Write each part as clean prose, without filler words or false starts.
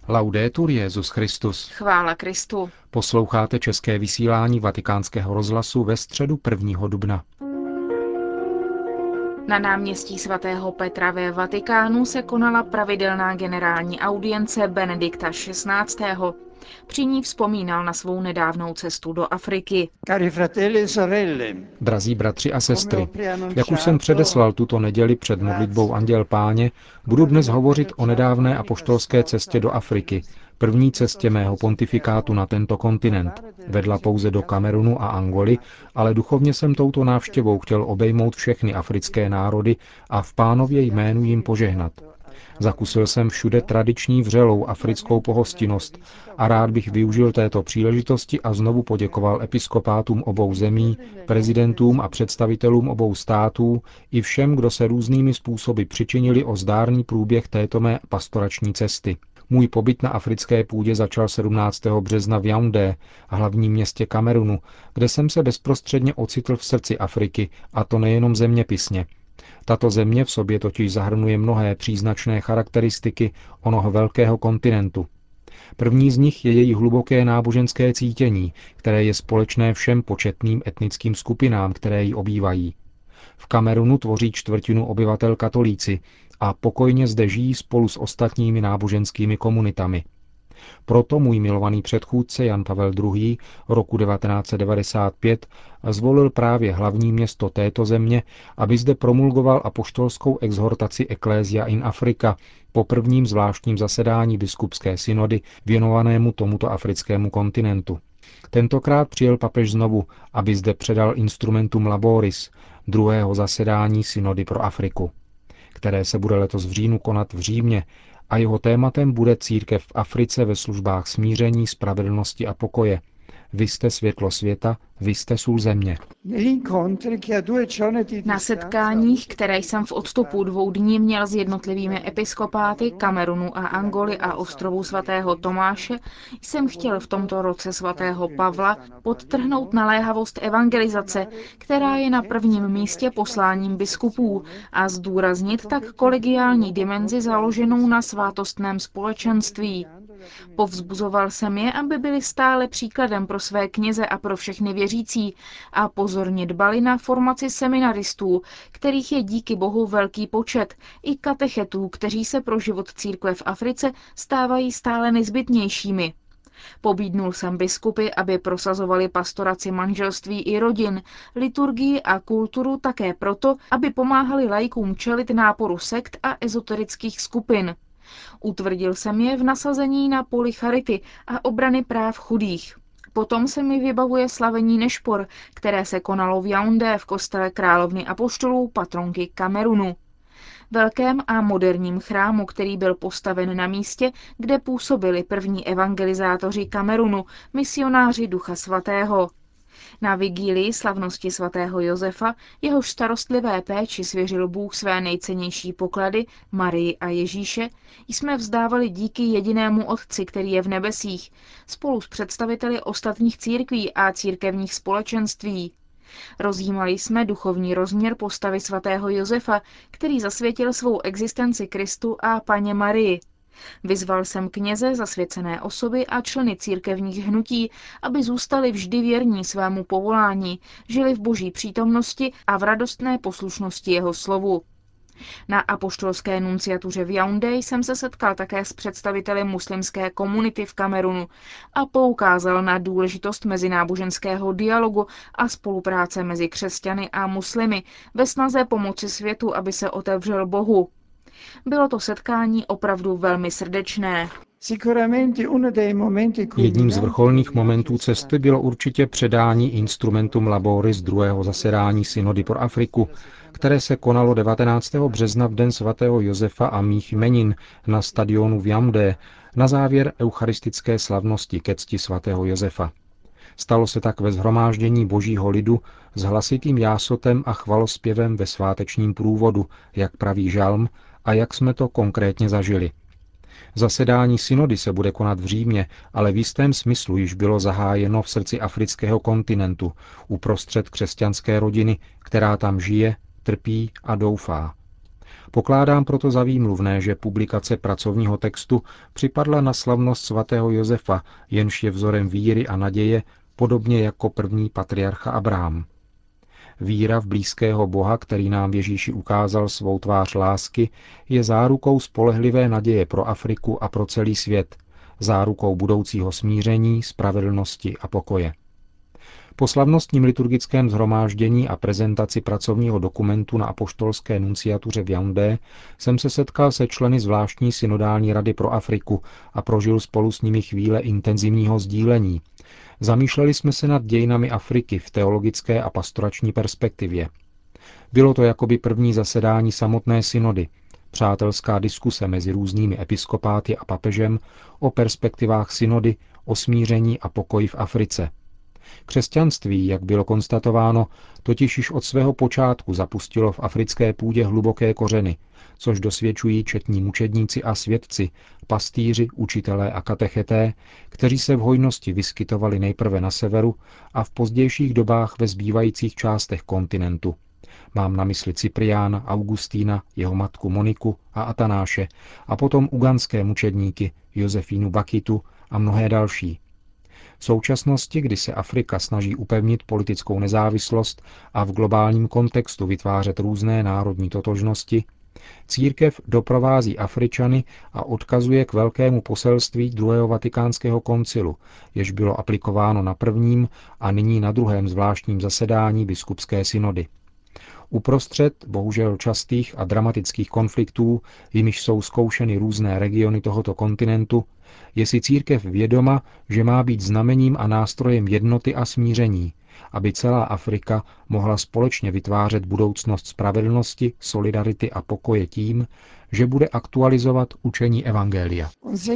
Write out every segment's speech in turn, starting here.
Laudetur Jesus Christus. Chvála Kristu. Posloucháte české vysílání Vatikánského rozhlasu ve středu 1. dubna. Na náměstí svatého Petra ve Vatikánu se konala pravidelná generální audience Benedikta XVI. Při ní vzpomínal na svou nedávnou cestu do Afriky. Drazí bratři a sestry, jak už jsem předeslal tuto neděli před modlitbou Anděl Páně, budu dnes hovořit o nedávné apoštolské cestě do Afriky, první cestě mého pontifikátu na tento kontinent. Vedla pouze do Kamerunu a Angoly, ale duchovně jsem touto návštěvou chtěl obejmout všechny africké národy a v Pánově jménu jim požehnat. Zakusil jsem všude tradiční vřelou africkou pohostinnost a rád bych využil této příležitosti a znovu poděkoval episkopátům obou zemí, prezidentům a představitelům obou států i všem, kdo se různými způsoby přičinili o zdárný průběh této mé pastorační cesty. Můj pobyt na africké půdě začal 17. března v Yaoundé, hlavním městě Kamerunu, kde jsem se bezprostředně ocitl v srdci Afriky, a to nejenom zeměpisně. Tato země v sobě totiž zahrnuje mnohé příznačné charakteristiky onoho velkého kontinentu. První z nich je její hluboké náboženské cítění, které je společné všem početným etnickým skupinám, které ji obývají. V Kamerunu tvoří čtvrtinu obyvatel katolíci a pokojně zde žijí spolu s ostatními náboženskými komunitami. Proto můj milovaný předchůdce Jan Pavel II. Roku 1995 zvolil právě hlavní město této země, aby zde promulgoval apoštolskou exhortaci Ecclesia in Africa po prvním zvláštním zasedání biskupské synody věnovanému tomuto africkému kontinentu. Tentokrát přijel papež znovu, aby zde předal Instrumentum Laboris, druhého zasedání synody pro Afriku, které se bude letos v říjnu konat v Římě, a jeho tématem bude církev v Africe ve službách smíření, spravedlnosti a pokoje. Vy jste světlo světa, vy jste sůl země. Na setkáních, které jsem v odstupu 2 dní měl s jednotlivými episkopáty Kamerunu a Angoly a ostrovu svatého Tomáše, jsem chtěl v tomto roce svatého Pavla podtrhnout naléhavost evangelizace, která je na prvním místě posláním biskupů, a zdůraznit tak kolegiální dimenzi založenou na svátostném společenství. Povzbuzoval jsem je, aby byli stále příkladem pro své kněze a pro všechny věřící a pozorně dbali na formaci seminaristů, kterých je díky Bohu velký počet, i katechetů, kteří se pro život církve v Africe stávají stále nezbytnějšími. Pobídnul jsem biskupy, aby prosazovali pastoraci manželství i rodin, liturgii a kulturu také proto, aby pomáhali laikům čelit náporu sekt a ezoterických skupin. Utvrdil jsem je v nasazení na poli charity a obrany práv chudých. Potom se mi vybavuje slavení Nešpor, které se konalo v Yaoundé v kostele královny apoštolů patronky Kamerunu. Velkém a moderním chrámu, který byl postaven na místě, kde působili první evangelizátoři Kamerunu, misionáři Ducha Svatého. Na vigílii slavnosti svatého Josefa, jehož starostlivé péči svěřil Bůh své nejcennější poklady, Marii a Ježíše, jsme vzdávali díky jedinému Otci, který je v nebesích, spolu s představiteli ostatních církví a církevních společenství. Rozjímali jsme duchovní rozměr postavy svatého Josefa, který zasvětil svou existenci Kristu a Panně Marii. Vyzval jsem kněze, zasvěcené osoby a členy církevních hnutí, aby zůstali vždy věrní svému povolání, žili v boží přítomnosti a v radostné poslušnosti jeho slovu. Na apoštolské nunciatuře v Yaoundé jsem se setkal také s představiteli muslimské komunity v Kamerunu a poukázal na důležitost mezináboženského dialogu a spolupráce mezi křesťany a muslimy ve snaze pomoci světu, aby se otevřel Bohu. Bylo to setkání opravdu velmi srdečné. Jedním z vrcholných momentů cesty bylo určitě předání Instrumentum Laboris druhého zasedání synody pro Afriku, které se konalo 19. března v den svatého Josefa a mých jmenin na stadionu v Yaoundé na závěr eucharistické slavnosti ke cti svatého Josefa. Stalo se tak ve shromáždění božího lidu s hlasitým jásotem a chvalospěvem ve svátečním průvodu, jak praví žalm, a jak jsme to konkrétně zažili. Zasedání synody se bude konat v Římě, ale v jistém smyslu již bylo zahájeno v srdci afrického kontinentu, uprostřed křesťanské rodiny, která tam žije, trpí a doufá. Pokládám proto za výmluvné, že publikace pracovního textu připadla na slavnost svatého Josefa, jenž je vzorem víry a naděje, podobně jako první patriarcha Abraham. Víra v blízkého Boha, který nám v Ježíši ukázal svou tvář lásky, je zárukou spolehlivé naděje pro Afriku a pro celý svět, zárukou budoucího smíření, spravedlnosti a pokoje. Po slavnostním liturgickém shromáždění a prezentaci pracovního dokumentu na apoštolské nunciatuře v Yaoundé jsem se setkal se členy zvláštní synodální rady pro Afriku a prožil spolu s nimi chvíle intenzivního sdílení. Zamýšleli jsme se nad dějinami Afriky v teologické a pastorační perspektivě. Bylo to jakoby první zasedání samotné synody, přátelská diskuse mezi různými episkopáty a papežem o perspektivách synody, o smíření a pokoji v Africe. Křesťanství, jak bylo konstatováno, totiž již od svého počátku zapustilo v africké půdě hluboké kořeny, což dosvědčují četní mučedníci a svědci, pastýři, učitelé a katecheté, kteří se v hojnosti vyskytovali nejprve na severu a v pozdějších dobách ve zbývajících částech kontinentu. Mám na mysli Cypriána, Augustína, jeho matku Moniku a Atanáše a potom ugandské mučedníky Josefínu Bakitu a mnohé další. V současnosti, kdy se Afrika snaží upevnit politickou nezávislost a v globálním kontextu vytvářet různé národní totožnosti, církev doprovází Afričany a odkazuje k velkému poselství druhého vatikánského koncilu, jež bylo aplikováno na prvním a nyní na druhém zvláštním zasedání biskupské synody. Uprostřed bohužel častých a dramatických konfliktů, jimiž jsou zkoušeny různé regiony tohoto kontinentu, je si církev vědoma, že má být znamením a nástrojem jednoty a smíření, aby celá Afrika mohla společně vytvářet budoucnost spravedlnosti, solidarity a pokoje tím, že bude aktualizovat učení evangelia.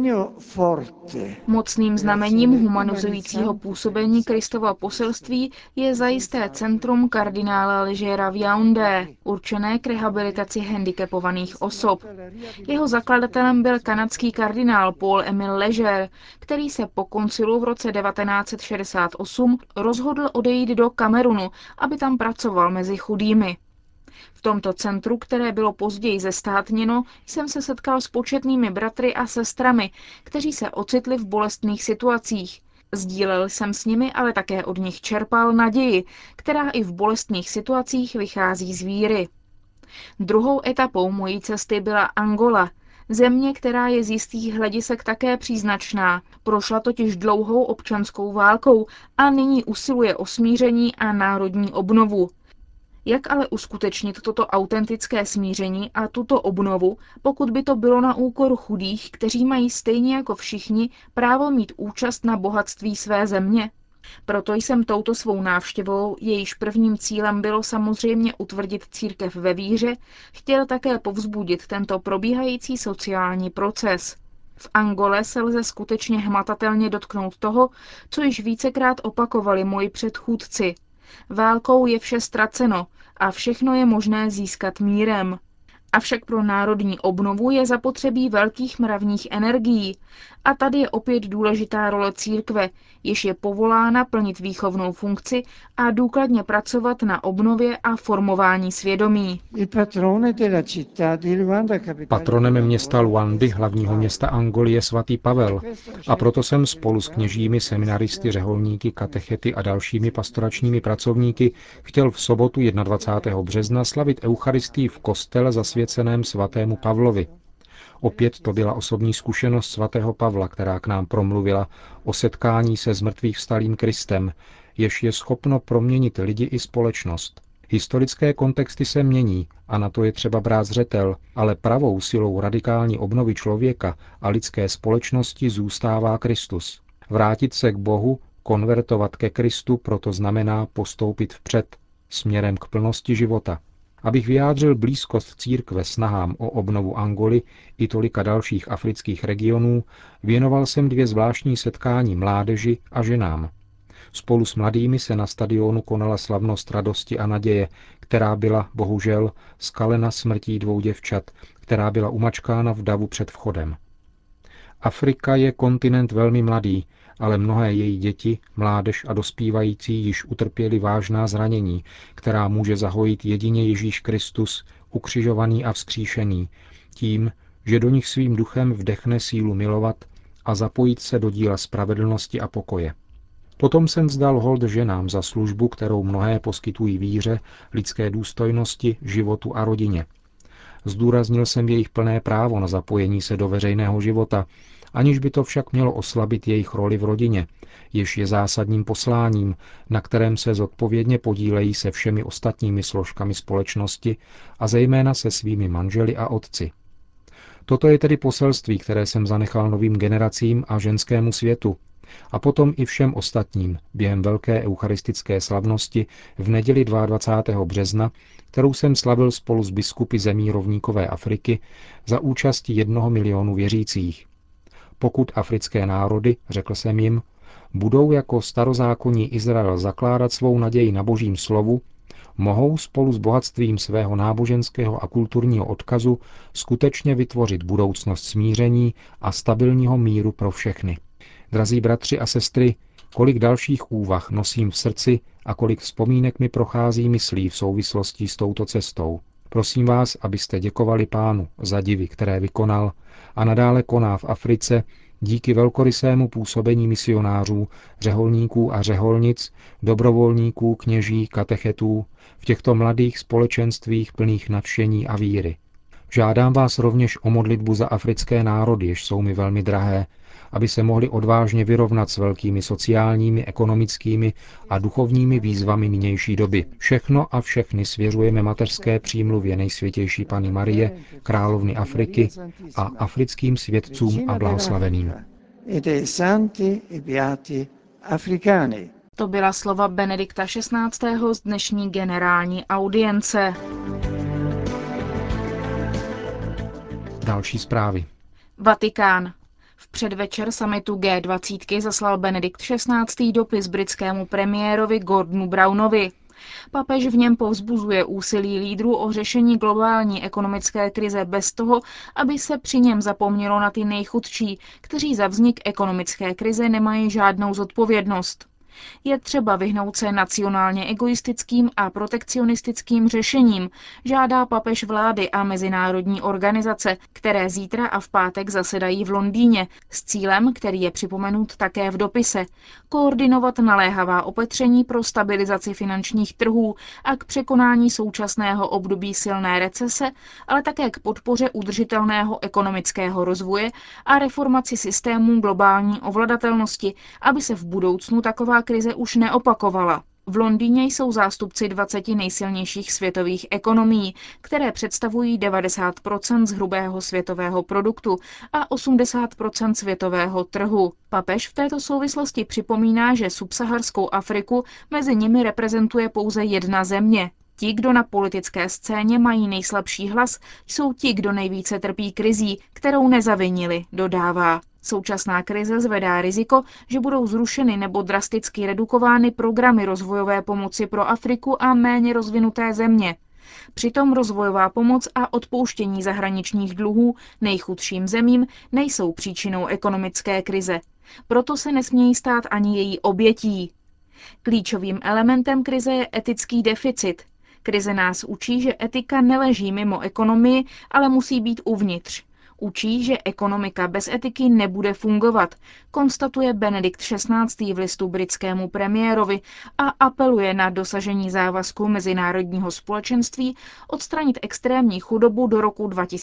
Mocným znamením humanizujícího působení Kristova poselství je zajisté centrum kardinála Legera v Yaoundé, určené k rehabilitaci handicapovaných osob. Jeho zakladatelem byl kanadský kardinál Paul-Émile Leger, který se po koncilu v roce 1968 rozhodl odejít do Kamerunu, aby tam pracoval mezi chudými. V tomto centru, které bylo později zestátněno, jsem se setkal s početnými bratry a sestrami, kteří se ocitli v bolestných situacích. Sdílel jsem s nimi, ale také od nich čerpal naději, která i v bolestných situacích vychází z víry. Druhou etapou mojí cesty byla Angola, země, která je z jistých hledisek také příznačná. Prošla totiž dlouhou občanskou válkou a nyní usiluje o smíření a národní obnovu. Jak ale uskutečnit toto autentické smíření a tuto obnovu, pokud by to bylo na úkor chudých, kteří mají stejně jako všichni právo mít účast na bohatství své země? Proto jsem touto svou návštěvou, jejíž prvním cílem bylo samozřejmě utvrdit církev ve víře, chtěl také povzbudit tento probíhající sociální proces. V Angole se lze skutečně hmatatelně dotknout toho, co již vícekrát opakovali moji předchůdci. Válkou je vše ztraceno a všechno je možné získat mírem. Avšak pro národní obnovu je zapotřebí velkých mravních energií. A tady je opět důležitá role církve, jež je povolána plnit výchovnou funkci a důkladně pracovat na obnově a formování svědomí. Patronem města Luandy, hlavního města Angoly, je svatý Pavel a proto jsem spolu s kněžími, seminaristy, řeholníky, katechety a dalšími pastoračními pracovníky chtěl v sobotu 21. března slavit eucharistii v kostele zasvěceném svatému Pavlovi. Opět to byla osobní zkušenost svatého Pavla, která k nám promluvila o setkání se zmrtvýchvstalým Kristem, jež je schopno proměnit lidi i společnost. Historické kontexty se mění a na to je třeba brát zřetel, ale pravou silou radikální obnovy člověka a lidské společnosti zůstává Kristus. Vrátit se k Bohu, konvertovat ke Kristu, proto znamená postoupit vpřed, směrem k plnosti života. Abych vyjádřil blízkost církve snahám o obnovu Angoly i tolika dalších afrických regionů, věnoval jsem 2 zvláštní setkání mládeži a ženám. Spolu s mladými se na stadionu konala slavnost radosti a naděje, která byla, bohužel, skalena smrtí 2 děvčat, která byla umačkána v davu před vchodem. Afrika je kontinent velmi mladý, ale mnohé její děti, mládež a dospívající již utrpěli vážná zranění, která může zahojit jedině Ježíš Kristus, ukřižovaný a vzkříšený, tím, že do nich svým duchem vdechne sílu milovat a zapojit se do díla spravedlnosti a pokoje. Potom jsem vzdal hold ženám za službu, kterou mnohé poskytují víře, lidské důstojnosti, životu a rodině. Zdůraznil jsem jejich plné právo na zapojení se do veřejného života, aniž by to však mělo oslabit jejich roli v rodině, jež je zásadním posláním, na kterém se zodpovědně podílejí se všemi ostatními složkami společnosti a zejména se svými manželi a otci. Toto je tedy poselství, které jsem zanechal novým generacím a ženskému světu, a potom i všem ostatním během velké eucharistické slavnosti v neděli 22. března, kterou jsem slavil spolu s biskupy zemí rovníkové Afriky za účasti 1 milionu věřících. Pokud africké národy, řekl jsem jim, budou jako starozákonní Izrael zakládat svou naději na Božím slovu, mohou spolu s bohatstvím svého náboženského a kulturního odkazu skutečně vytvořit budoucnost smíření a stabilního míru pro všechny. Drazí bratři a sestry, kolik dalších úvah nosím v srdci a kolik vzpomínek mi prochází myslí v souvislosti s touto cestou. Prosím vás, abyste děkovali Pánu za divy, které vykonal a nadále koná v Africe díky velkorysému působení misionářů, řeholníků a řeholnic, dobrovolníků, kněží, katechetů v těchto mladých společenstvích plných nadšení a víry. Žádám vás rovněž o modlitbu za africké národy, jež jsou mi velmi drahé, aby se mohli odvážně vyrovnat s velkými sociálními, ekonomickými a duchovními výzvami nynější doby. Všechno a všechny svěřujeme mateřské přímluvě Nejsvětější Panny Marie, královny Afriky a africkým svědcům a blahoslaveným. To byla slova Benedikta XVI. Z dnešní generální audience. Další zprávy. Vatikán. V předvečer summitu G20 zaslal Benedikt XVI. Dopis britskému premiérovi Gordonu Brownovi. Papež v něm povzbuzuje úsilí lídrů o řešení globální ekonomické krize bez toho, aby se při něm zapomnělo na ty nejchudší, kteří za vznik ekonomické krize nemají žádnou zodpovědnost. Je třeba vyhnout se nacionálně egoistickým a protekcionistickým řešením, žádá papež vlády a mezinárodní organizace, které zítra a v pátek zasedají v Londýně, s cílem, který je připomenut také v dopise, koordinovat naléhavá opatření pro stabilizaci finančních trhů a k překonání současného období silné recese, ale také k podpoře udržitelného ekonomického rozvoje a reformaci systémů globální ovladatelnosti, aby se v budoucnu taková krize už neopakovala. V Londýně jsou zástupci 20 nejsilnějších světových ekonomií, které představují 90% z hrubého světového produktu a 80% světového trhu. Papež v této souvislosti připomíná, že subsaharskou Afriku mezi nimi reprezentuje pouze jedna země. Ti, kdo na politické scéně mají nejslabší hlas, jsou ti, kdo nejvíce trpí krizí, kterou nezavinili, dodává. Současná krize zvedá riziko, že budou zrušeny nebo drasticky redukovány programy rozvojové pomoci pro Afriku a méně rozvinuté země. Přitom rozvojová pomoc a odpouštění zahraničních dluhů nejchudším zemím nejsou příčinou ekonomické krize. Proto se nesmějí stát ani její obětí. Klíčovým elementem krize je etický deficit. Krize nás učí, že etika neleží mimo ekonomii, ale musí být uvnitř. Učí, že ekonomika bez etiky nebude fungovat, konstatuje Benedikt XVI. V listu britskému premiérovi a apeluje na dosažení závazku mezinárodního společenství odstranit extrémní chudobu do roku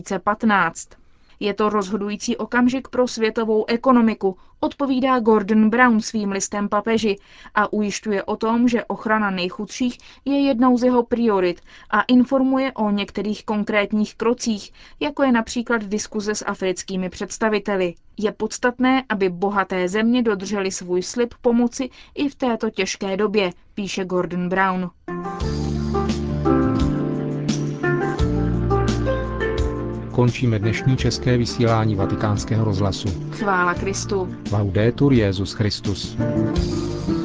2015. Je to rozhodující okamžik pro světovou ekonomiku, odpovídá Gordon Brown svým listem papeži a ujišťuje o tom, že ochrana nejchudších je jednou z jeho priorit a informuje o některých konkrétních krocích, jako je například diskuze s africkými představiteli. Je podstatné, aby bohaté země dodržely svůj slib pomoci i v této těžké době, píše Gordon Brown. Končíme dnešní české vysílání Vatikánského rozhlasu. Chvála Kristu. Laudetur Jesus Christus.